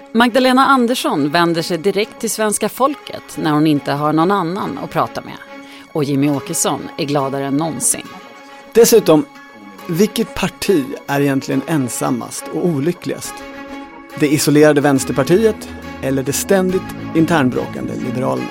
Magdalena Andersson vänder sig direkt till svenska folket när hon inte har någon annan att prata med. Och Jimmy Åkesson är gladare än någonsin. Dessutom, vilket parti är egentligen ensammast och olyckligast? Det isolerade Vänsterpartiet eller det ständigt internbråkande Liberalerna?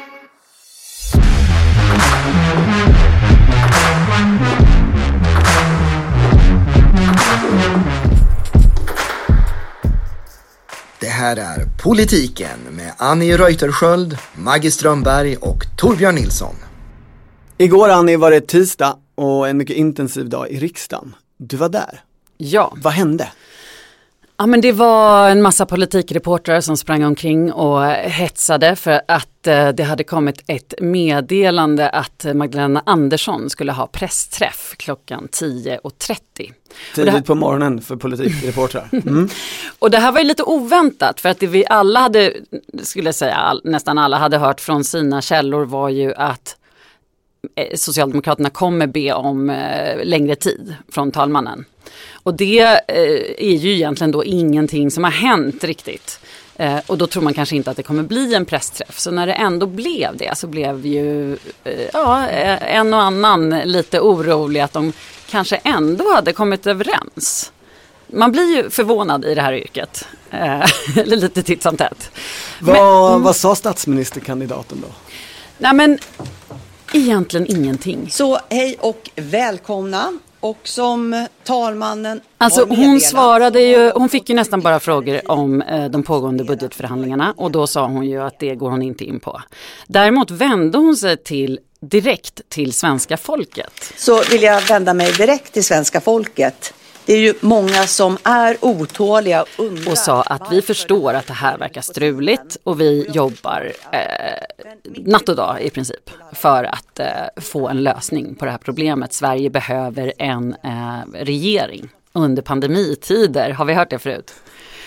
Det här är Politiken med Annie Reuterskiöld, Maggie Strömberg och Torbjörn Nilsson. Igår, Annie, var det tisdag och en mycket intensiv dag i riksdagen. Du var där. Ja. Vad hände? Ja, men det var en massa politikreportrar som sprang omkring och hetsade för att det hade kommit ett meddelande att Magdalena Andersson skulle ha pressträff klockan 10:30. Tidigt på morgonen för politikreportrar. Mm. Och det här var ju lite oväntat, för att det vi alla hade, skulle jag säga, nästan alla hade hört från sina källor var ju att Socialdemokraterna kommer be om längre tid från talmannen. Och det är ju egentligen då ingenting som har hänt riktigt. Och då tror man kanske inte att det kommer bli en pressträff. Så när det ändå blev det så blev ju en och annan lite orolig att de kanske ändå hade kommit överens. Man blir ju förvånad i det här yrket. Eller lite titt som tätt. Vad sa statsministerkandidaten då? Nej, men egentligen ingenting. Så hej och välkomna. Och som talmannen... Alltså hon fick ju nästan bara frågor om de pågående budgetförhandlingarna. Och då sa hon ju att det går hon inte in på. Däremot vände hon sig direkt till svenska folket. Så vill jag vända mig direkt till svenska folket. Det är ju många som är otåliga och sa att vi förstår att det här verkar struligt och vi jobbar natt och dag i princip för att få en lösning på det här problemet. Sverige behöver en regering under pandemitider. Har vi hört det förut?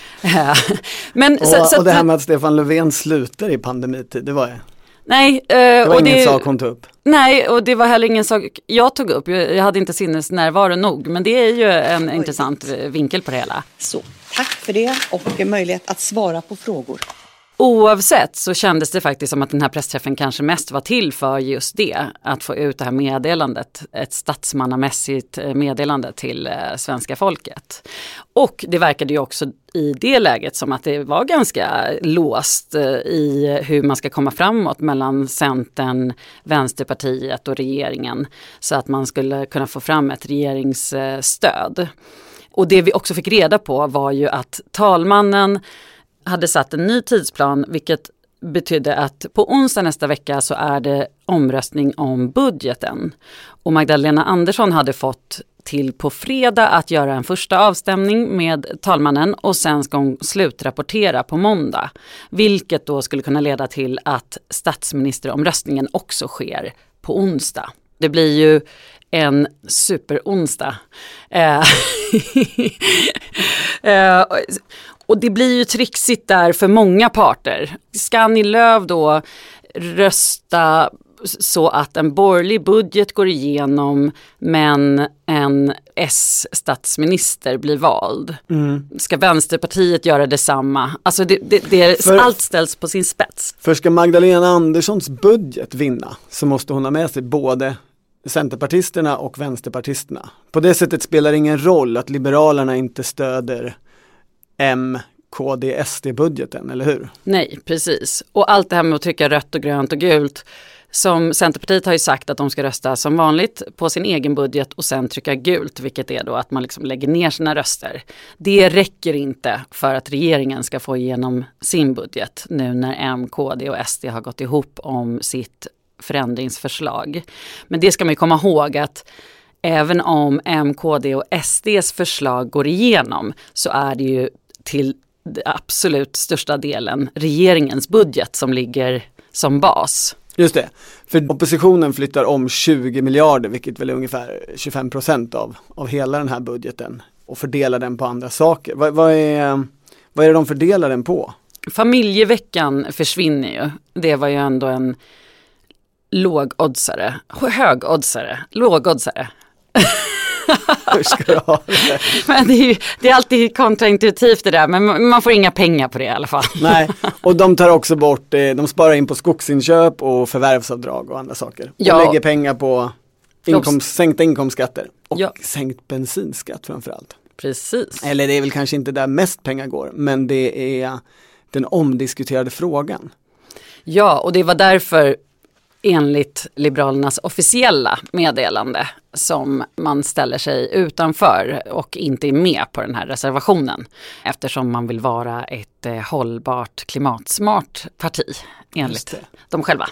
Men, och det här med att Stefan Löfven slutar i pandemitid, det var... Nej, det var ingen sak hon tog upp. Nej, och det var heller ingen sak jag tog upp. Jag hade inte sinnesnärvaro nog, men det är ju en intressant vinkel på det hela. Så, tack för det och möjlighet att svara på frågor. Oavsett så kändes det faktiskt som att den här pressträffen kanske mest var till för just det. Att få ut det här meddelandet, ett statsmannamässigt meddelande till svenska folket. Och det verkade ju också i det läget som att det var ganska låst i hur man ska komma framåt mellan Centern, Vänsterpartiet och regeringen. Så att man skulle kunna få fram ett regeringsstöd. Och det vi också fick reda på var ju att talmannen hade satt en ny tidsplan, vilket betydde att på onsdag nästa vecka så är det omröstning om budgeten. Och Magdalena Andersson hade fått till på fredag att göra en första avstämning med talmannen och sen ska hon slutrapportera på måndag. Vilket då skulle kunna leda till att statsministeromröstningen också sker på onsdag. Det blir ju en superonsdag. Och det blir ju trixigt där för många parter. Ska Annie Lööf då rösta så att en borgerlig budget går igenom men en S-statsminister blir vald? Ska Vänsterpartiet göra detsamma? Alltså allt ställs på sin spets. För ska Magdalena Anderssons budget vinna så måste hon ha med sig både centerpartisterna och vänsterpartisterna. På det sättet spelar det ingen roll att liberalerna inte stöder M, KD, SD-budgeten, eller hur? Nej, precis. Och allt det här med att trycka rött och grönt och gult, som Centerpartiet har ju sagt att de ska rösta som vanligt på sin egen budget och sen trycka gult, vilket är då att man liksom lägger ner sina röster. Det räcker inte för att regeringen ska få igenom sin budget nu när M, KD och SD har gått ihop om sitt förändringsförslag. Men det ska man ju komma ihåg att även om M, KD och SDs förslag går igenom så är det ju till absolut största delen regeringens budget som ligger som bas. Just det, för oppositionen flyttar om 20 miljarder, vilket väl är ungefär 25% av hela den här budgeten, och fördelar den på andra saker. Vad är det de fördelar den på? Familjeveckan försvinner ju. Det var ju ändå en lågoddsare. Hur ska du ha det? Men det är alltid kontraintuitivt det där, men man får inga pengar på det i alla fall. Nej, och de tar också bort, de sparar in på skogsinköp och förvärvsavdrag och andra saker. Ja. Och lägger pengar på sänkta inkomstskatter och Ja. sänkt bensinskatt framförallt. Precis. Eller det är väl kanske inte där mest pengar går, men det är den omdiskuterade frågan. Ja, och det var därför enligt Liberalernas officiella meddelande som man ställer sig utanför och inte är med på den här reservationen. Eftersom man vill vara ett hållbart, klimatsmart parti enligt dem själva.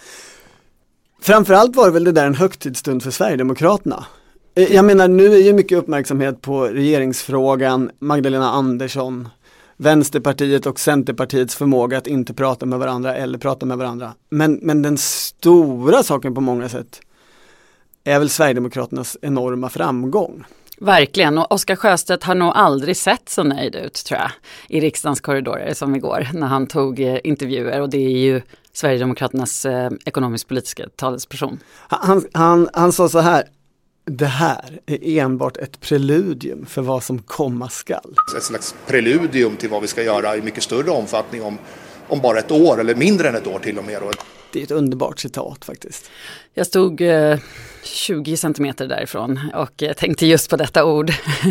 Framförallt var det väl det där en högtidsstund för Sverigedemokraterna. Jag menar, nu är ju mycket uppmärksamhet på regeringsfrågan, Magdalena Andersson, Vänsterpartiet och Centerpartiets förmåga att inte prata med varandra eller prata med varandra. Men den stora saken på många sätt är väl Sverigedemokraternas enorma framgång. Verkligen, och Oscar Sjöstedt har nog aldrig sett så nöjd ut, tror jag, i riksdagens korridorer som igår när han tog intervjuer, och det är ju Sverigedemokraternas ekonomisk-politiska talesperson. Han sa så här: det här är enbart ett preludium för vad som komma skall. Ett slags preludium till vad vi ska göra i mycket större omfattning om bara ett år eller mindre än ett år till och med. Det är ett underbart citat faktiskt. Jag stod 20 centimeter därifrån och tänkte just på detta ord.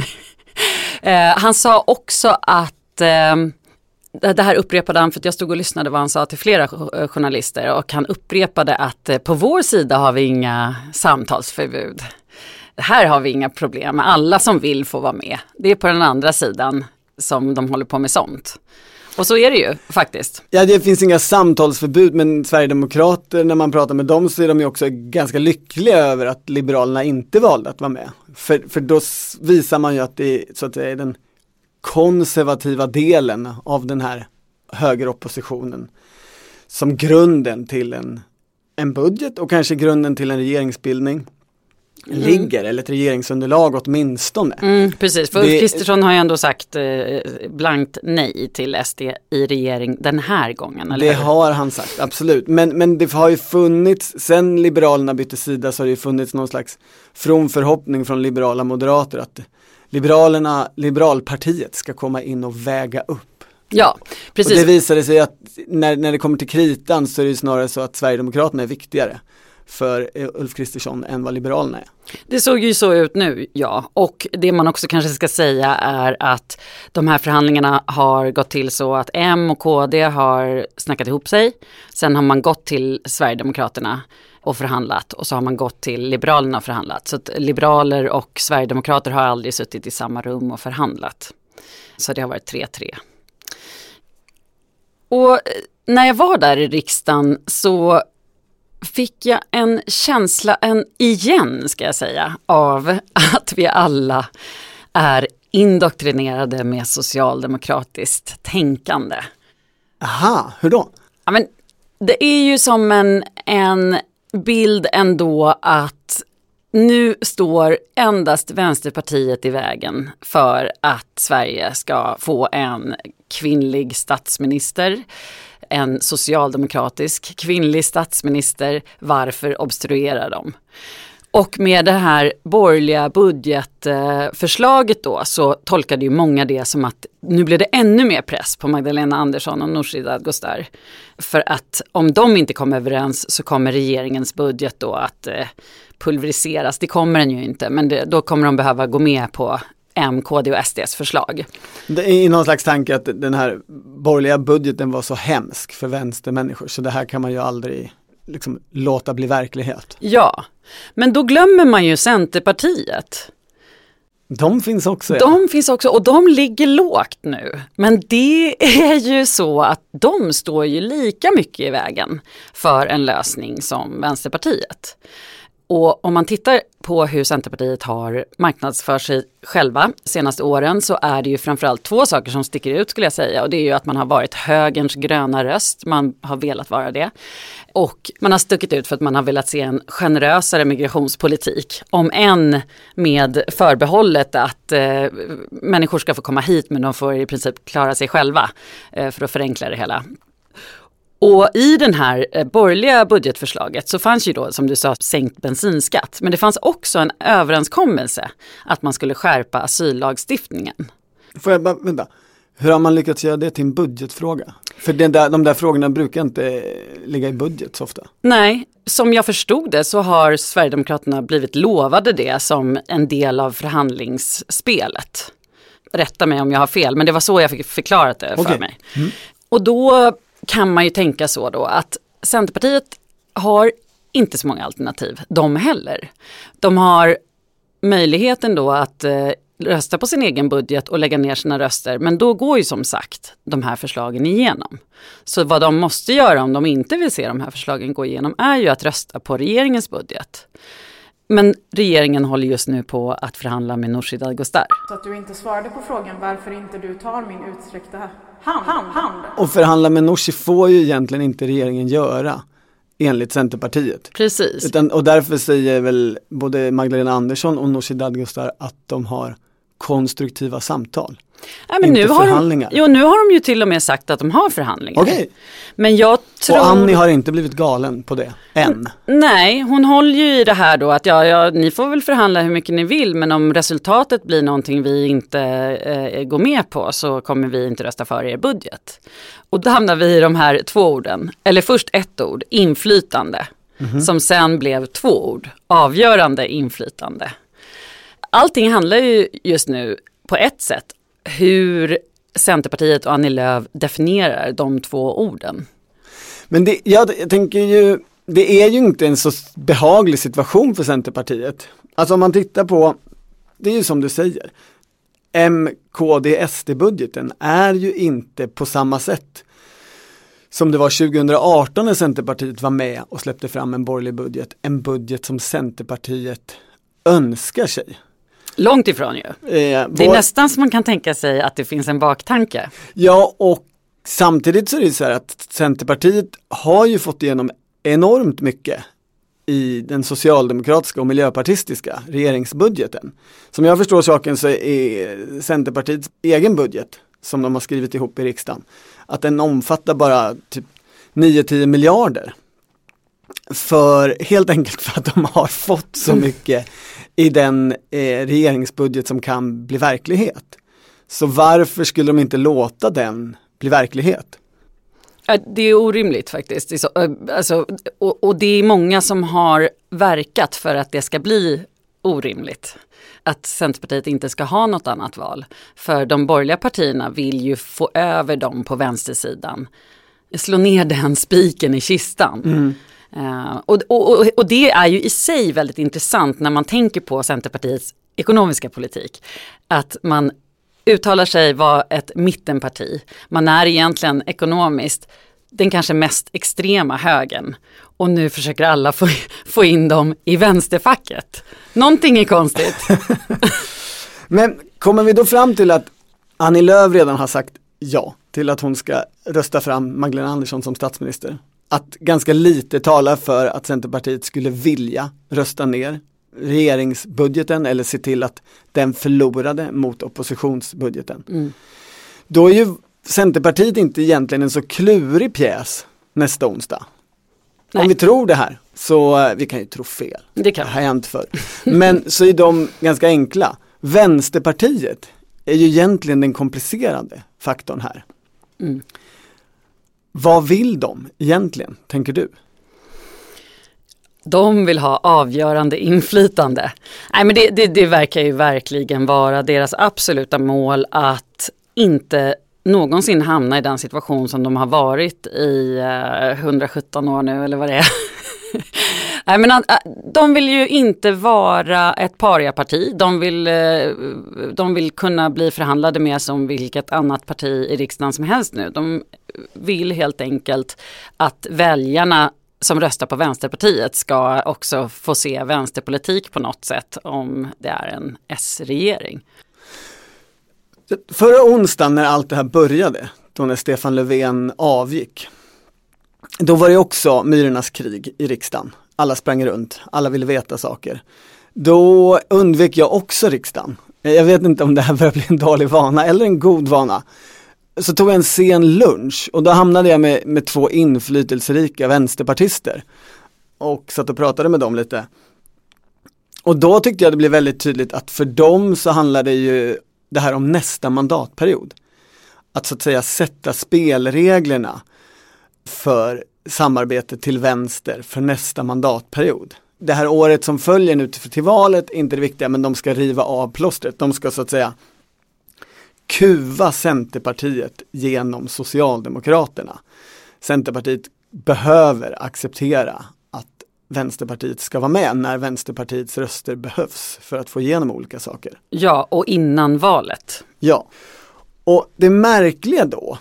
Han sa också att det här upprepade han, för att jag stod och lyssnade vad han sa till flera journalister, och han upprepade att på vår sida har vi inga samtalsförbud. Här har vi inga problem, alla som vill får vara med. Det är på den andra sidan som de håller på med sånt. Och så är det ju faktiskt. Ja, det finns inga samtalsförbud, men Sverigedemokrater, när man pratar med dem så är de ju också ganska lyckliga över att Liberalerna inte valde att vara med. För då visar man ju att det, så att det är den konservativa delen av den här högeroppositionen som grunden till en budget och kanske grunden till en regeringsbildning ligger, eller ett regeringsunderlag åtminstone. Precis, för Ulf Kristersson har ju ändå sagt blankt nej till SD i regering den här gången. Eller? Det har han sagt, absolut. Men det har ju funnits, sen Liberalerna bytte sida så har det ju funnits någon slags from förhoppning från liberala moderater att Liberalpartiet ska komma in och väga upp. Ja, precis. Och det visade sig att när det kommer till kritan så är det snarare så att Sverigedemokraterna är viktigare för Ulf Kristersson än vad Liberalerna är. Det såg ju så ut nu, ja. Och det man också kanske ska säga är att de här förhandlingarna har gått till så att M och KD har snackat ihop sig. Sen har man gått till Sverigedemokraterna och förhandlat, och så har man gått till Liberalerna och förhandlat. Så att liberaler och Sverigedemokrater har aldrig suttit i samma rum och förhandlat. Så det har varit 3-3. Och när jag var där i riksdagen så fick jag en känsla, igen ska jag säga, av att vi alla är indoktrinerade med socialdemokratiskt tänkande. Aha, hur då? Ja, men det är ju som en bild ändå att nu står endast Vänsterpartiet i vägen för att Sverige ska få en kvinnlig statsminister, en socialdemokratisk kvinnlig statsminister. Varför obstruerar de? Och med det här borgerliga budgetförslaget då så tolkade ju många det som att nu blir det ännu mer press på Magdalena Andersson och Nooshi Dadgostar. För att om de inte kommer överens så kommer regeringens budget då att pulveriseras. Det kommer den ju inte, men då kommer de behöva gå med på M, KD och SDs förslag. Det är någon slags tanke att den här borgerliga budgeten var så hemsk för vänstermänniskor, så det här kan man ju aldrig liksom låta bli verklighet. Ja, men då glömmer man ju Centerpartiet. De finns också. De finns också, och de ligger lågt nu. Men det är ju så att de står ju lika mycket i vägen för en lösning som Vänsterpartiet. Och om man tittar på hur Centerpartiet har marknadsför sig själva senaste åren så är det ju framförallt två saker som sticker ut skulle jag säga. Och det är ju att man har varit högerns gröna röst, man har velat vara det. Och man har stuckit ut för att man har velat se en generösare migrationspolitik. Om än med förbehållet att människor ska få komma hit men de får i princip klara sig själva för att förenkla det hela. Och i den här borgerliga budgetförslaget så fanns ju då, som du sa, sänkt bensinskatt. Men det fanns också en överenskommelse att man skulle skärpa asyllagstiftningen. Får jag bara, vänta. Hur har man lyckats göra det till en budgetfråga? För de där frågorna brukar inte ligga i budget så ofta. Nej, som jag förstod det så har Sverigedemokraterna blivit lovade det som en del av förhandlingsspelet. Rätta mig om jag har fel, men det var så jag fick förklarat det för mig. Mm. Och då kan man ju tänka så då att Centerpartiet har inte så många alternativ, de heller. De har möjligheten då att rösta på sin egen budget och lägga ner sina röster. Men då går ju som sagt de här förslagen igenom. Så vad de måste göra om de inte vill se de här förslagen gå igenom är ju att rösta på regeringens budget. Men regeringen håller just nu på att förhandla med Nooshi Dadgostar. Så att du inte svarade på frågan varför inte du tar min utsträckta hand. Och förhandla med Nooshi får ju egentligen inte regeringen göra. Enligt Centerpartiet. Precis. Och därför säger väl både Magdalena Andersson och Nooshi Dadgostar att de har konstruktiva samtal. Ja, men nu har de ju till och med sagt att de har förhandlingar. Okej. Men jag tror... Och Annie har inte blivit galen på det än. Nej, hon håller ju i det här då att ni får väl förhandla hur mycket ni vill, men om resultatet blir någonting vi inte går med på så kommer vi inte rösta för er budget. Och då hamnar vi i de här 2 orden, eller först ett ord, inflytande, som sen blev 2 ord, avgörande inflytande. Allting handlar ju just nu på ett sätt hur Centerpartiet och Annie Lööf definierar de 2 orden. Men jag tänker ju, det är ju inte en så behaglig situation för Centerpartiet. Alltså om man tittar på, det är ju som du säger, MKD-SD-budgeten är ju inte på samma sätt som det var 2018 när Centerpartiet var med och släppte fram en borgerlig budget. En budget som Centerpartiet önskar sig. Långt ifrån ju. Det är nästan som man kan tänka sig att det finns en baktanke. Ja, och samtidigt så är det så här att Centerpartiet har ju fått igenom enormt mycket i den socialdemokratiska och miljöpartistiska regeringsbudgeten. Som jag förstår saken så är Centerpartiets egen budget som de har skrivit ihop i riksdagen att den omfattar bara typ 9-10 miljarder. Helt enkelt för att de har fått så mycket i den regeringsbudget som kan bli verklighet. Så varför skulle de inte låta den bli verklighet? Det är orimligt faktiskt. Och det är många som har verkat för att det ska bli orimligt. Att Centerpartiet inte ska ha något annat val. För de borgerliga partierna vill ju få över dem på vänstersidan. Slå ner den spiken i kistan. Mm. Och det är ju i sig väldigt intressant när man tänker på Centerpartiets ekonomiska politik. Att man uttalar sig vara ett mittenparti. Man är egentligen ekonomiskt den kanske mest extrema högern. Och nu försöker alla få in dem i vänsterfacket. Någonting är konstigt. Men kommer vi då fram till att Annie Lööf redan har sagt ja till att hon ska rösta fram Magdalena Andersson som statsminister? Att ganska lite talar för att Centerpartiet skulle vilja rösta ner regeringsbudgeten eller se till att den förlorade mot oppositionsbudgeten. Mm. Då är ju Centerpartiet inte egentligen en så klurig pjäs nästa onsdag. Nej. Om vi tror det här, så vi kan ju tro fel. Det kan. Det har hänt för. Men så är de ganska enkla. Vänsterpartiet är ju egentligen den komplicerade faktorn här. Mm. Vad vill de egentligen, tänker du? De vill ha avgörande inflytande. Nej, men det verkar ju verkligen vara deras absoluta mål att inte någonsin hamna i den situation som de har varit i 117 år nu, eller vad det är. Nej, men de vill ju inte vara ett pariaparti. De vill kunna bli förhandlade med som vilket annat parti i riksdagen som helst nu. De vill helt enkelt att väljarna som röstar på Vänsterpartiet ska också få se vänsterpolitik på något sätt om det är en S-regering. Förra onsdagen när allt det här började, då när Stefan Löfven avgick, då var det också myrornas krig i riksdagen. Alla sprang runt, alla ville veta saker. Då undvek jag också riksdagen. Jag vet inte om det här börjar bli en dålig vana eller en god vana. så tog jag en sen lunch och då hamnade jag med 2 inflytelserika vänsterpartister och satt och pratade med dem lite. Och då tyckte jag det blev väldigt tydligt att för dem så handlade ju det här om nästa mandatperiod. Att så att säga sätta spelreglerna för samarbetet till vänster för nästa mandatperiod. Det här året som följer nu till valet är inte det viktiga, men de ska riva av plåstret. De ska så att säga kuva Centerpartiet genom Socialdemokraterna. Centerpartiet behöver acceptera att Vänsterpartiet ska vara med när Vänsterpartiets röster behövs för att få igenom olika saker. Ja, och innan valet. Ja, och det märkliga då,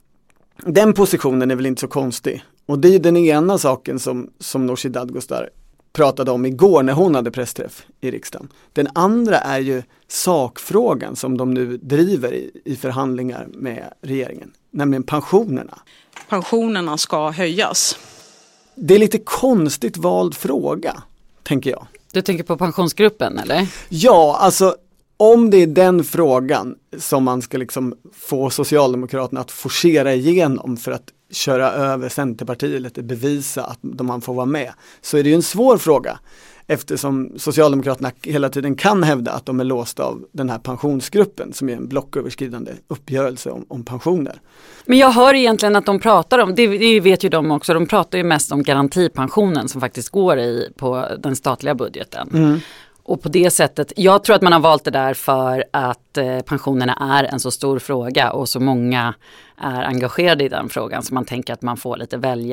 den positionen är väl inte så konstig. Och det är den ena saken som Nooshi Dadgostar pratade om igår när hon hade pressträff i riksdagen. Den andra är ju sakfrågan som de nu driver i förhandlingar med regeringen, nämligen pensionerna. Pensionerna ska höjas. Det är lite konstigt vald fråga, tänker jag. Du tänker på pensionsgruppen, eller? Ja, alltså om det är den frågan som man ska liksom få Socialdemokraterna att forcera igenom för att köra över Centerpartiet eller bevisa att man får vara med, så är det ju en svår fråga eftersom Socialdemokraterna hela tiden kan hävda att de är låsta av den här pensionsgruppen som är en blocköverskridande uppgörelse om pensioner. Men jag hör egentligen att de pratar om, det vet ju de också, de pratar ju mest om garantipensionen som faktiskt går på den statliga budgeten. Mm. Och på det sättet, jag tror att man har valt det där för att pensionerna är en så stor fråga och så många är engagerade i den frågan, så man tänker att man får lite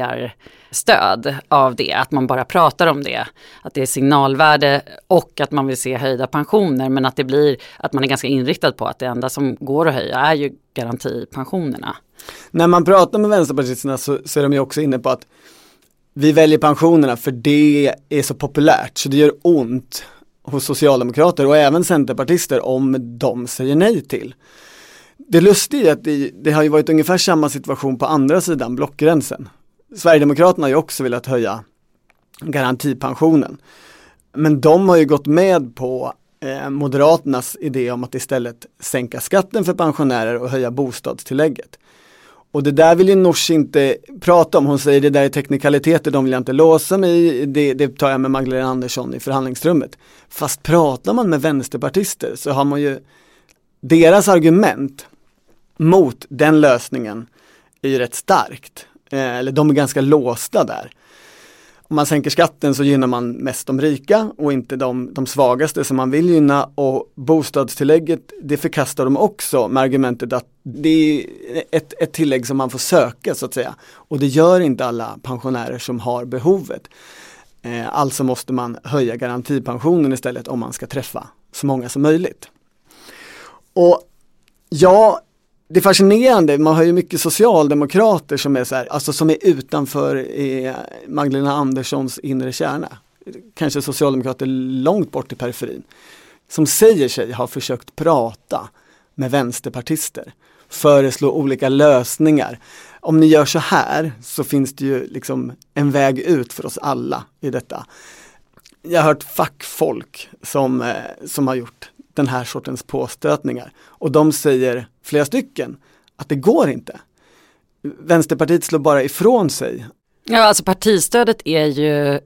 väljarstöd av det, att man bara pratar om det, att det är signalvärde och att man vill se höjda pensioner, men att det blir att man är ganska inriktad på att det enda som går att höja är ju garantipensionerna. När man pratar med vänsterpartisterna så är de ju också inne på att vi väljer pensionerna för det är så populärt så det gör ont hos socialdemokrater och även centerpartister om de säger nej till. Det lustiga är att det har ju varit ungefär samma situation på andra sidan blockgränsen. Sverigedemokraterna har ju också velat höja garantipensionen. Men de har ju gått med på Moderaternas idé om att istället sänka skatten för pensionärer och höja bostadstillägget. Och det där vill ju Nooshi inte prata om. Hon säger det där är teknikaliteter, de vill jag inte låsa mig i. Det tar jag med Magdalena Andersson i förhandlingsrummet. Fast pratar man med vänsterpartister så har man ju deras argument mot den lösningen är ju rätt starkt. Eller de är ganska låsta där. Om man sänker skatten så gynnar man mest de rika och inte de svagaste som man vill gynna, och bostadstillägget det förkastar de också med argumentet att det är ett tillägg som man får söka så att säga, och det gör inte alla pensionärer som har behovet. Alltså måste man höja garantipensionen istället om man ska träffa så många som möjligt. Och ja, det är fascinerande, man har ju mycket socialdemokrater som är så här, alltså som är utanför Magdalena Anderssons inre kärna. Kanske socialdemokrater långt bort i periferin. Som säger sig ha försökt prata med vänsterpartister. Föreslå olika lösningar. Om ni gör så här så finns det ju liksom en väg ut för oss alla i detta. Jag har hört fackfolk som har gjort den här sortens påstötningar. Och de säger, flera stycken, att det går inte. Vänsterpartiet slår bara ifrån sig. Ja, alltså partistödet är ju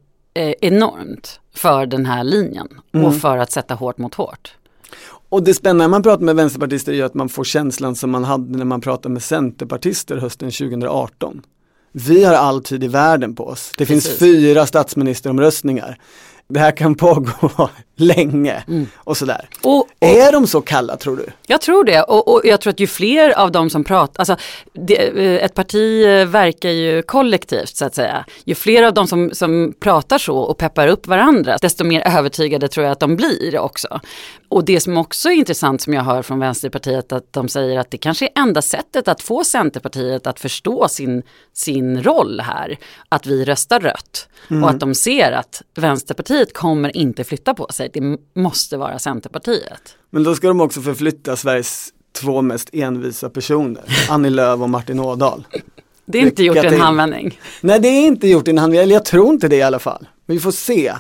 enormt för den här linjen. Och för att sätta hårt mot hårt. Och det spännande när man pratar med vänsterpartister är att man får känslan som man hade när man pratade med centerpartister hösten 2018. Vi har all tid i världen på oss. Det finns 4 statsministeromröstningar. Det här kan pågå länge och sådär. Och är de så kalla, tror du? Jag tror det, och jag tror att ju fler av dem som pratar, alltså ett parti verkar ju kollektivt så att säga. Ju fler av dem som pratar så och peppar upp varandra, desto mer övertygade tror jag att de blir också. Och det som också är intressant som jag hör från Vänsterpartiet, att de säger att det kanske är enda sättet att få Centerpartiet att förstå sin roll här, att vi röstar rött. Och att de ser att Vänsterpartiet kommer inte flytta på sig. Det måste vara Centerpartiet. Men då ska de också förflytta Sveriges 2 mest envisa personer. Annie Lööf och Martin Ådahl. Det är inte gjort i en handvändning. Nej, det är inte gjort i en handvändning. Eller jag tror inte det i alla fall. Men vi får se.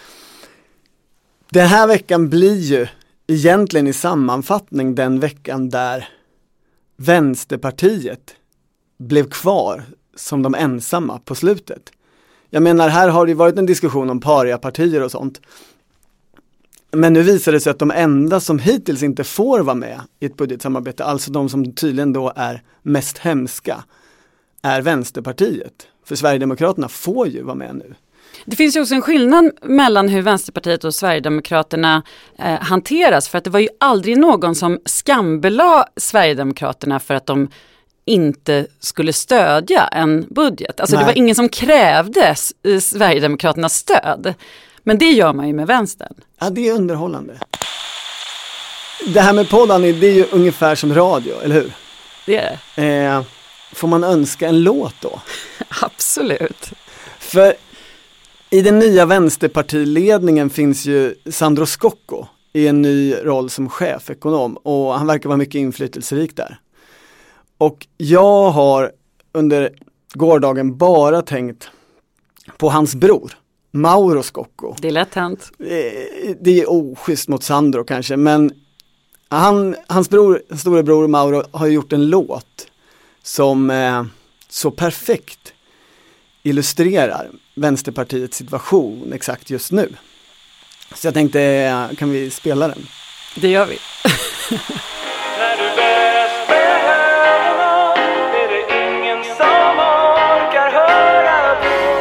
Den här veckan blir ju egentligen i sammanfattning den veckan där Vänsterpartiet blev kvar som de ensamma på slutet. Jag menar, här har det varit en diskussion om pariapartier och sånt. Men nu visar det sig att de enda som hittills inte får vara med i ett budgetsamarbete, alltså de som tydligen då är mest hemska, är Vänsterpartiet. För Sverigedemokraterna får ju vara med nu. Det finns ju också en skillnad mellan hur Vänsterpartiet och Sverigedemokraterna hanteras. För att det var ju aldrig någon som skambelade Sverigedemokraterna för att de inte skulle stödja en budget. Alltså det var ingen som krävde Sverigedemokraternas stöd. Men det gör man ju med vänstern. Ja, det är underhållande. Det här med podden, det är ju ungefär som radio, eller hur? Det är det. Får man önska en låt då? Absolut. För i den nya vänsterpartiledningen finns ju Sandro Scocco i en ny roll som chefekonom, och han verkar vara mycket inflytelserik där. Och jag har under gårdagen bara tänkt på hans bror, Mauro Scocco. Det är lätt hänt. Det är oschysst mot Sandro kanske, men hans storebror Mauro har gjort en låt som så perfekt illustrerar Vänsterpartiets situation exakt just nu. Så jag tänkte, kan vi spela den? Det gör vi. När du bäst behöver någon är det ingen som orkar höra på.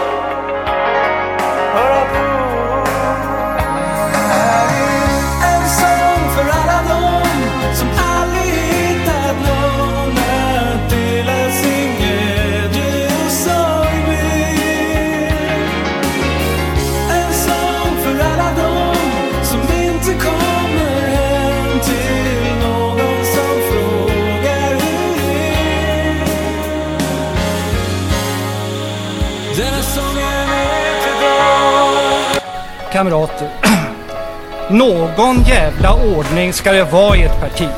En sång för alla dem som aldrig hittat någon att dela sin glädje och sorg med. En sång för alla dem som inte kommer hem till någon som frågar hur det är. Denna sången är till dig. Kamrater, någon jävla ordning ska det vara i ett parti.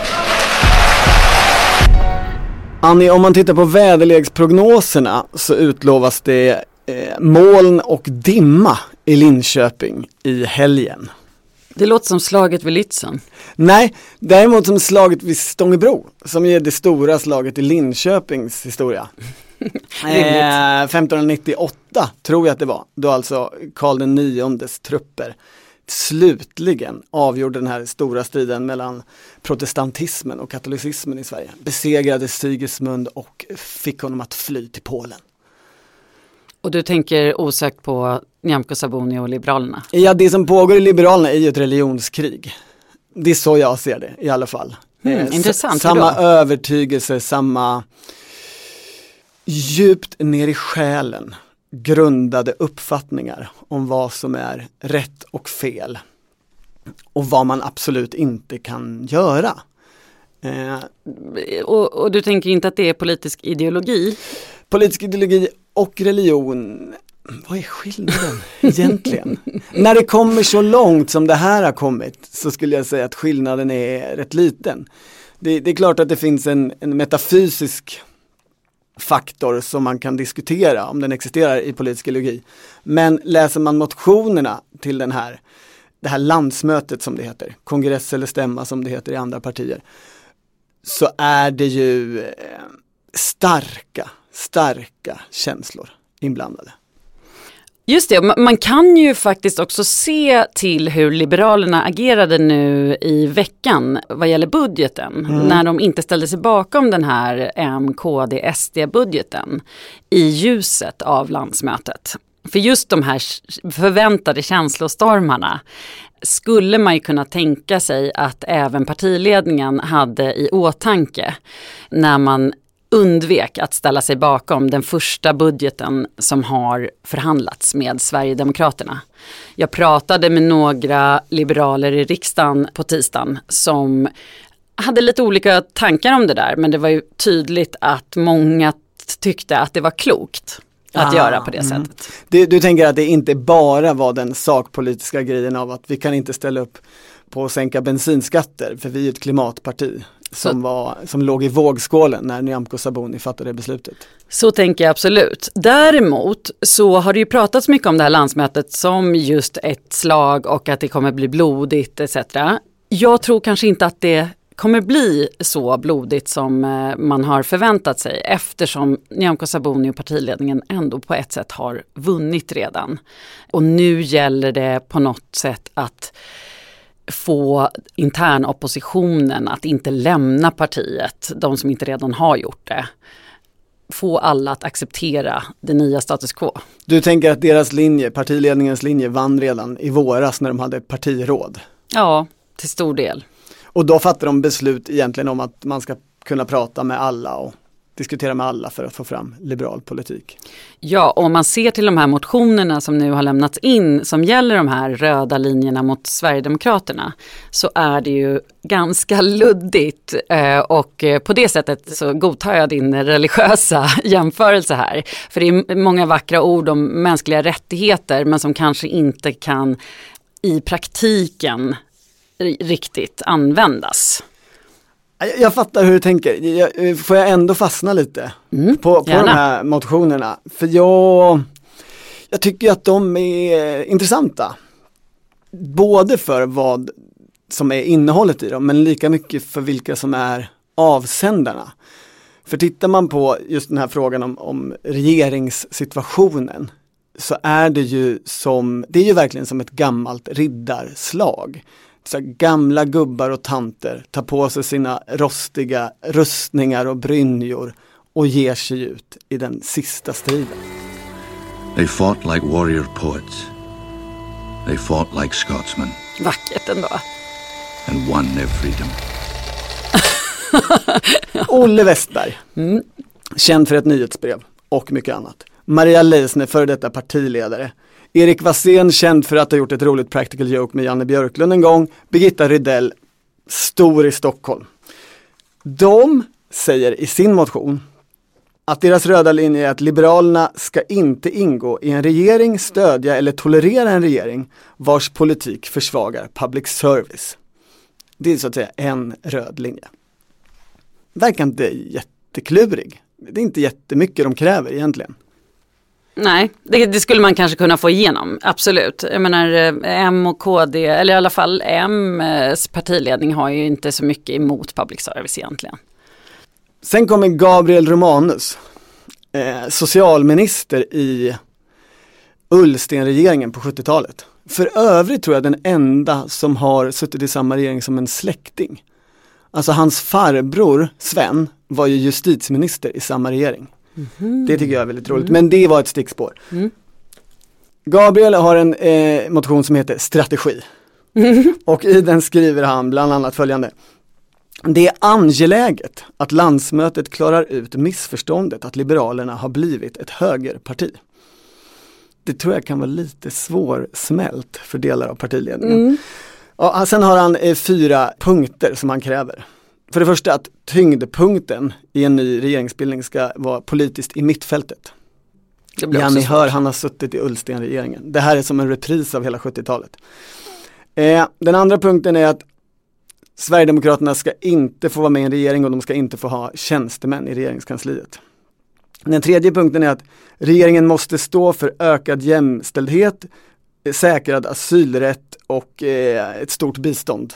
Annie, om man tittar på väderleksprognoserna så utlovas det moln och dimma i Linköping i helgen. Det låter som slaget vid Lützen. Nej, däremot som slaget vid Stångebro, som är det stora slaget i Linköpings historia. 1598 tror jag att det var, då alltså Karl IX:s trupper slutligen avgjorde den här stora striden mellan protestantismen och katolicismen i Sverige. Besegrade Sigismund och fick honom att fly till Polen. Och du tänker osökt på Nyamko Sabuni och Liberalerna? Ja, det som pågår i Liberalerna är ju ett religionskrig. Det är så jag ser det i alla fall. Intressant. Samma övertygelse, samma djupt ner i själen grundade uppfattningar om vad som är rätt och fel och vad man absolut inte kan göra. Och du tänker inte att det är politisk ideologi? Politisk ideologi och religion, vad är skillnaden egentligen? När det kommer så långt som det här har kommit så skulle jag säga att skillnaden är rätt liten. Det är klart att det finns en metafysisk faktor som man kan diskutera om den existerar i politisk ideologi. Men läser man motionerna till det här landsmötet som det heter, kongress eller stämma som det heter i andra partier, så är det ju starka känslor inblandade. Just det, man kan ju faktiskt också se till hur Liberalerna agerade nu i veckan vad gäller budgeten. När de inte ställde sig bakom den här MKD-SD-budgeten i ljuset av landsmötet. För just de här förväntade känslostormarna skulle man ju kunna tänka sig att även partiledningen hade i åtanke när man undvek att ställa sig bakom den första budgeten som har förhandlats med Sverigedemokraterna. Jag pratade med några liberaler i riksdagen på tisdagen som hade lite olika tankar om det där, men det var ju tydligt att många tyckte att det var klokt att göra på det sättet. Du tänker att det inte bara var den sakpolitiska grejen av att vi kan inte ställa upp på att sänka bensinskatter för vi är ett klimatparti som låg i vågskålen när Nyamko Sabuni fattade beslutet. Så tänker jag absolut. Däremot så har det ju pratats mycket om det här landsmötet som just ett slag och att det kommer bli blodigt etc. Jag tror kanske inte att det kommer bli så blodigt som man har förväntat sig, eftersom Nyamko Sabuni och partiledningen ändå på ett sätt har vunnit redan. Och nu gäller det på något sätt att få intern oppositionen att inte lämna partiet, de som inte redan har gjort det. Få alla att acceptera det nya status quo. Du tänker att deras linje, partiledningens linje, vann redan i våras när de hade partiråd? Ja, till stor del. Och då fattar de beslut egentligen om att man ska kunna prata med alla och diskutera med alla för att få fram liberal politik. Ja, och om man ser till de här motionerna som nu har lämnats in som gäller de här röda linjerna mot Sverigedemokraterna, så är det ju ganska luddigt, och på det sättet så godtar jag din religiösa jämförelse här. För det är många vackra ord om mänskliga rättigheter, men som kanske inte kan i praktiken riktigt anvåndas. Jag fattar hur du tänker. Får jag ändå fastna lite på de här motionerna? För jag tycker att de är intressanta. Både för vad som är innehållet i dem, men lika mycket för vilka som är avsändarna. För tittar man på just den här frågan om regeringssituationen, så är det ju verkligen som ett gammalt riddarslag. Så gamla gubbar och tanter tar på sig sina rostiga rustningar och brynjor och ger sig ut i den sista striden. They fought like warrior poets. They fought like Scotsmen. Vackert ändå. And won their freedom. Olle Westberg, känd för ett nyhetsbrev och mycket annat. Maria Leisner, före detta partiledare. Erik Wassén, känd för att ha gjort ett roligt practical joke med Janne Björklund en gång. Birgitta Rydell, stor i Stockholm. De säger i sin motion att deras röda linje är att Liberalerna ska inte ingå i en regering, stödja eller tolerera en regering vars politik försvagar public service. Det är så att säga en röd linje. Verkar inte jätteklurig. Det är inte jättemycket de kräver egentligen. Nej, det skulle man kanske kunna få igenom, absolut. Jag menar, M och KD, eller i alla fall M's partiledning har ju inte så mycket emot public service egentligen. Sen kommer Gabriel Romanus, socialminister i Ullsten-regeringen på 70-talet. För övrigt tror jag den enda som har suttit i samma regering som en släkting. Alltså hans farbror Sven var ju justitieminister i samma regering. Det tycker jag är väldigt roligt. Men det var ett stickspår. Gabriel har en motion som heter Strategi. Och i den skriver han bland annat följande. Det är angeläget att landsmötet klarar ut missförståndet att Liberalerna har blivit ett högerparti. Det tror jag kan vara lite svårsmält för delar av partiledningen. Och sen har han 4 punkter som han kräver. För det första att tyngdpunkten i en ny regeringsbildning ska vara politiskt i mittfältet. Ja, ni hör, han har suttit i Ullsten-regeringen. Det här är som en repris av hela 70-talet. Den andra punkten är att Sverigedemokraterna ska inte få vara med i en regering och de ska inte få ha tjänstemän i regeringskansliet. Den tredje punkten är att regeringen måste stå för ökad jämställdhet, säkrad asylrätt och ett stort bistånd.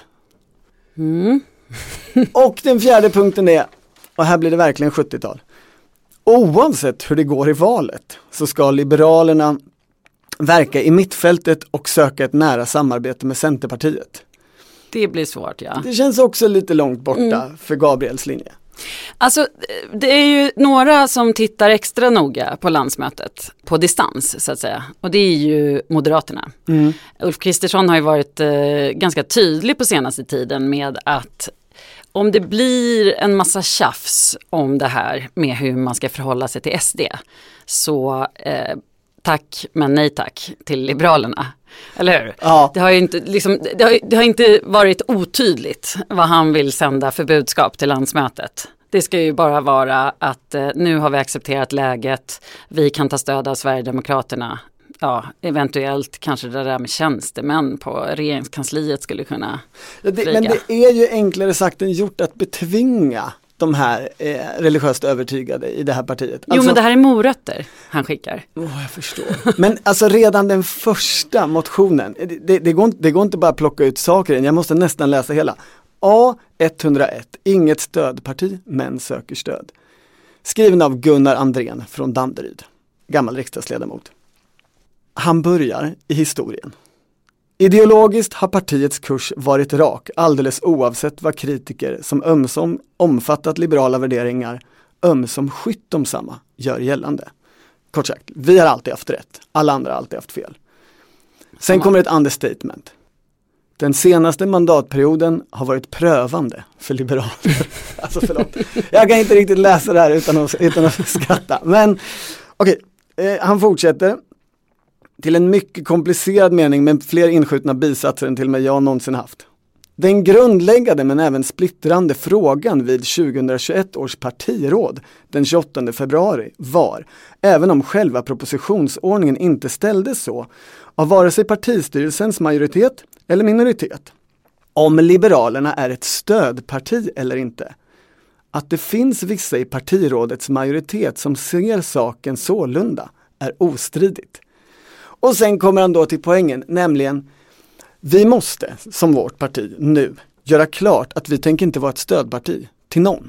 Och den fjärde punkten är, och här blir det verkligen 70-tal. Oavsett hur det går i valet så ska Liberalerna verka i mittfältet och söka ett nära samarbete med Centerpartiet. Det blir svårt, ja. Det känns också lite långt borta för Gabriels linje. Alltså, det är ju några som tittar extra noga på landsmötet på distans, så att säga. Och det är ju Moderaterna. Ulf Kristersson har ju varit ganska tydlig på senaste tiden med att om det blir en massa tjafs om det här med hur man ska förhålla sig till SD, så tack men nej tack till Liberalerna. Eller hur? Ja. Det har ju inte, det har inte varit otydligt vad han vill sända för budskap till landsmötet. Det ska ju bara vara att nu har vi accepterat läget, vi kan ta stöd av Sverigedemokraterna. Ja, eventuellt kanske det där med tjänstemän på regeringskansliet skulle kunna flyga. Men det är ju enklare sagt än gjort att betvinga de här religiöst övertygade i det här partiet. Jo, men det här är morötter han skickar. Jag förstår. Men alltså redan den första motionen, det går inte bara att plocka ut saker. Jag måste nästan läsa hela. A101, inget stödparti men söker stöd. Skriven av Gunnar Andrén från Danderyd, gammal riksdagsledamot. Han börjar i historien. Ideologiskt har partiets kurs varit rak, alldeles oavsett vad kritiker som ömsom omfattat liberala värderingar, ömsom skytt om samma, gör gällande. Kort sagt, vi har alltid haft rätt, alla andra har alltid haft fel. Sen kommer ett understatement. Den senaste mandatperioden har varit prövande för liberaler. Alltså förlåt, jag kan inte riktigt läsa det här utan att skratta. Men okej, han fortsätter till en mycket komplicerad mening med fler inskjutna bisatser än till och med jag någonsin haft. Den grundläggande men även splittrande frågan vid 2021 års partiråd den 28 februari var, även om själva propositionsordningen inte ställdes så, av vare sig partistyrelsens majoritet eller minoritet, om Liberalerna är ett stödparti eller inte. Att det finns vissa i partirådets majoritet som ser saken sålunda är ostridigt. Och sen kommer han då till poängen, nämligen vi måste, som vårt parti nu, göra klart att vi tänker inte vara ett stödparti till någon.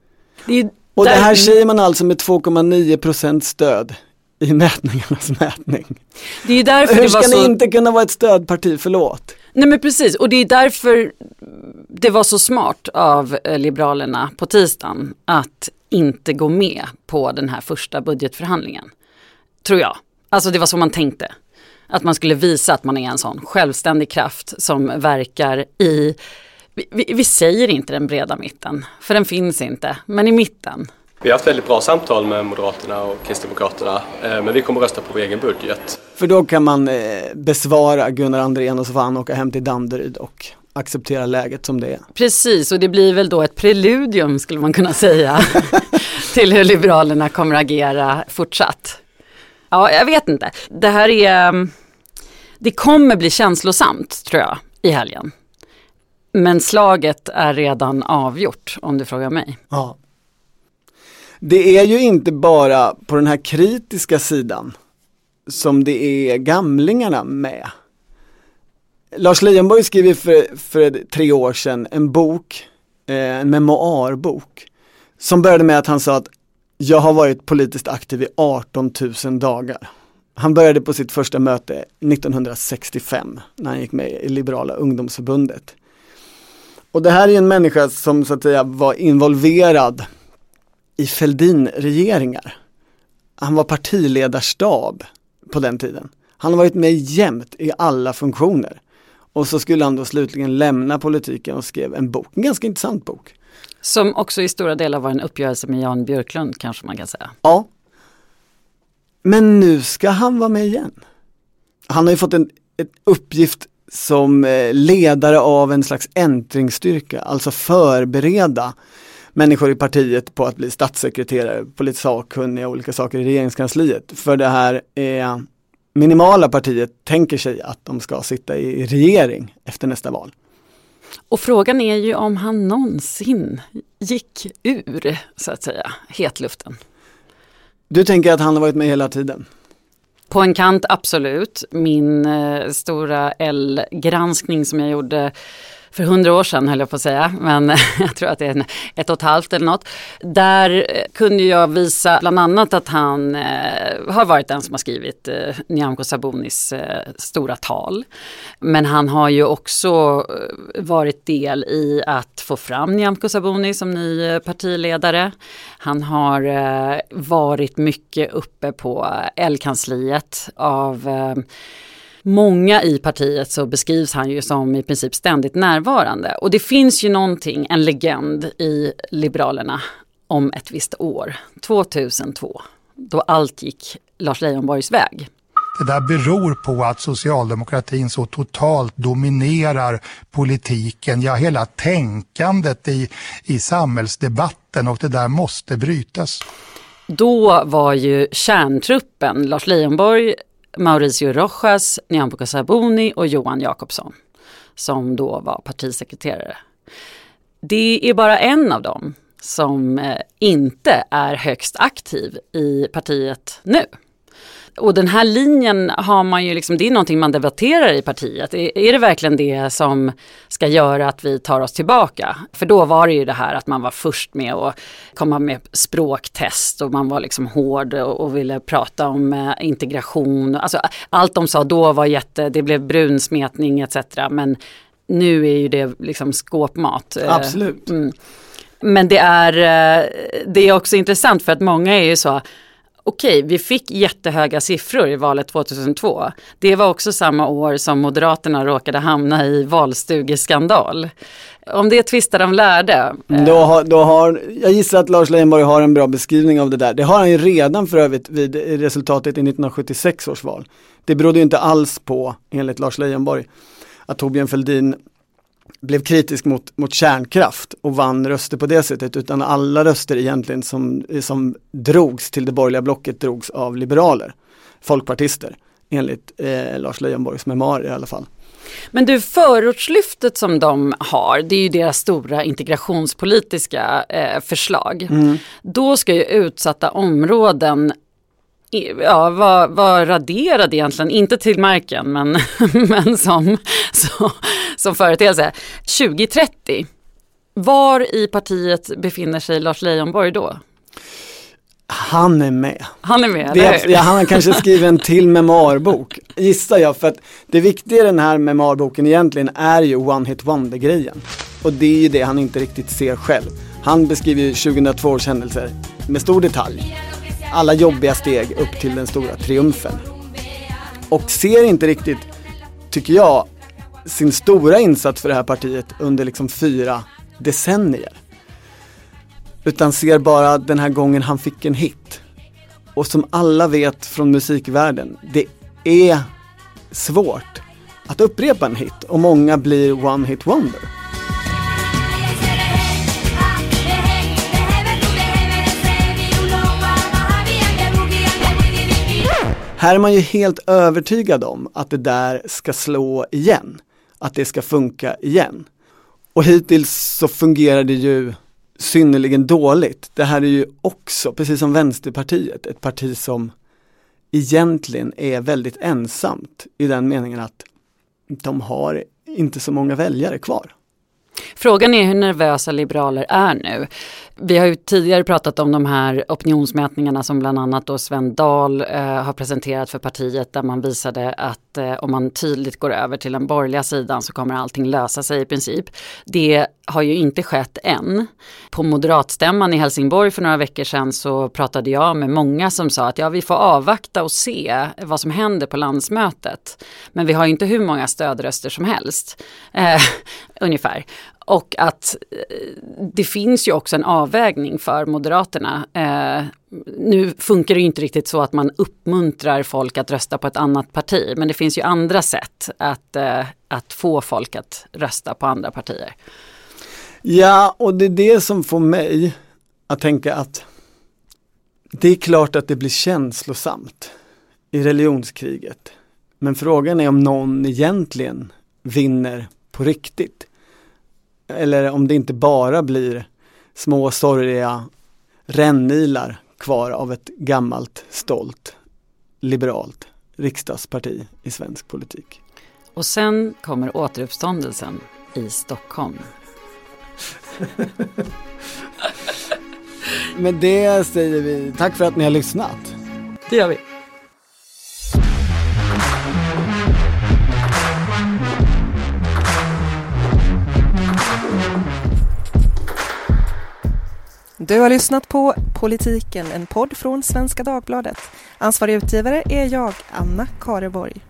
Och det här säger man alltså med 2,9% stöd i mätningarnas mätning. Det är därför hur ska ni inte kunna vara ett stödparti, förlåt? Nej men precis, och det är därför det var så smart av Liberalerna på tisdagen att inte gå med på den här första budgetförhandlingen. Tror jag. Alltså det var så man tänkte. Att man skulle visa att man är en sån självständig kraft som verkar i, vi säger inte den breda mitten, för den finns inte, men i mitten. Vi har haft väldigt bra samtal med Moderaterna och Kristdemokraterna, men vi kommer rösta på vår egen budget. För då kan man besvara Gunnar Andrén och så får han åka hem till Danderyd och acceptera läget som det är. Precis, och det blir väl då ett preludium skulle man kunna säga till hur Liberalerna kommer att agera fortsatt. Ja, jag vet inte. Det kommer bli känslosamt tror jag i helgen. Men slaget är redan avgjort om du frågar mig. Ja. Det är ju inte bara på den här kritiska sidan som det är gamlingarna med. Lars Leijonborg skrev för 3 år sedan en bok, en memoarbok, som började med att han sa att jag har varit politiskt aktiv i 18 000 dagar. Han började på sitt första möte 1965 när han gick med i Liberala ungdomsförbundet. Och det här är en människa som så att säga var involverad i Fälldin-regeringar. Han var partiledarstab på den tiden. Han har varit med jämt i alla funktioner. Och så skulle han då slutligen lämna politiken och skrev en bok, en ganska intressant bok. Som också i stora delar var en uppgörelse med Jan Björklund kanske man kan säga. Ja. Men nu ska han vara med igen. Han har ju fått en uppgift som ledare av en slags ändringsstyrka. Alltså förbereda människor i partiet på att bli statssekreterare, politiskt sakkunniga och olika saker i regeringskansliet. För det här minimala partiet tänker sig att de ska sitta i regering efter nästa val. Och frågan är ju om han någonsin gick ur, så att säga, hetluften. Du tänker att han har varit med hela tiden? På en kant, absolut. Min stora L-granskning som jag gjorde för 100 år sedan höll jag på att säga, men jag tror att det är 1,5 eller något. Där kunde jag visa bland annat att han har varit den som har skrivit Nyamko Sabunis stora tal. Men han har ju också varit del i att få fram Nyamko Sabuni som ny partiledare. Han har varit mycket uppe på L-kansliet av många i partiet, så beskrivs han ju som i princip ständigt närvarande. Och det finns ju någonting, en legend i Liberalerna om ett visst år, 2002, då allt gick Lars Leijonborgs väg. Det där beror på att socialdemokratin så totalt dominerar politiken, ja hela tänkandet i samhällsdebatten, och det där måste brytas. Då var ju kärntruppen Lars Leijonborg, Mauricio Rojas, Nyamko Sabuni och Johan Jakobsson som då var partisekreterare. Det är bara en av dem som inte är högst aktiv i partiet nu. Och den här linjen har man ju liksom, det är någonting man debatterar i partiet. Är det verkligen det som ska göra att vi tar oss tillbaka? För då var det ju det här att man var först med att komma med språktest och man var liksom hård och ville prata om integration. Alltså allt de sa då var det blev brunsmetning etc. Men nu är ju det liksom skåpmat. Absolut. Men det är också intressant för att många är ju så, okej, vi fick jättehöga siffror i valet 2002. Det var också samma år som Moderaterna råkade hamna i valstugeskandal. Om det tvistar de lärde. Jag gissar att Lars Leijonborg har en bra beskrivning av det där. Det har han ju redan för övrigt vid resultatet i 1976 års val. Det berodde ju inte alls på, enligt Lars Leijonborg, att Torbjörn Fälldin blev kritisk mot kärnkraft och vann röster på det sättet, utan alla röster egentligen som drogs till det borgerliga blocket drogs av liberaler, folkpartister, enligt Lars Leijonborgs memoarer i alla fall. Men du, förortslyftet som de har, det är ju deras stora integrationspolitiska förslag. Då ska ju utsatta områden var raderad egentligen, inte till marken men som företeelse. 2030, var i partiet befinner sig Lars Leijonborg då? Han är med. Han är med, han har kanske skrivit en till memoarbok, gissar jag, för att det viktiga i den här memoarboken egentligen är ju one hit wonder-grejen. Och det är ju det han inte riktigt ser själv. Han beskriver ju 2002 års händelser med stor detalj. Alla jobbiga steg upp till den stora triumfen. Och ser inte riktigt, tycker jag, sin stora insats för det här partiet under liksom 4 decennier. Utan ser bara den här gången han fick en hit. Och som alla vet från musikvärlden, det är svårt att upprepa en hit. Och många blir one hit wonder. Här är man ju helt övertygad om att det där ska slå igen. Att det ska funka igen. Och hittills så fungerar det ju synnerligen dåligt. Det här är ju också, precis som Vänsterpartiet, ett parti som egentligen är väldigt ensamt i den meningen att de har inte så många väljare kvar. Frågan är hur nervösa liberaler är nu. Vi har ju tidigare pratat om de här opinionsmätningarna som bland annat då Sven Dahl har presenterat för partiet, där man visade att om man tydligt går över till den borgerliga sidan så kommer allting lösa sig i princip. Det har ju inte skett än. På moderatstämman i Helsingborg för några veckor sedan så pratade jag med många som sa att vi får avvakta och se vad som händer på landsmötet. Men vi har ju inte hur många stödröster som helst. Ungefär. Och att det finns ju också en avvägning för Moderaterna. Nu funkar det ju inte riktigt så att man uppmuntrar folk att rösta på ett annat parti. Men det finns ju andra sätt att få folk att rösta på andra partier. Ja, och det är det som får mig att tänka att det är klart att det blir känslosamt i religionskriget. Men frågan är om någon egentligen vinner på riktigt. Eller om det inte bara blir små sorgliga rännilar kvar av ett gammalt, stolt, liberalt riksdagsparti i svensk politik. Och sen kommer återuppståndelsen i Stockholm. Med det säger vi tack för att ni har lyssnat. Det gör vi. Du har lyssnat på Politiken, en podd från Svenska Dagbladet. Ansvarig utgivare är jag, Anna Kareborg.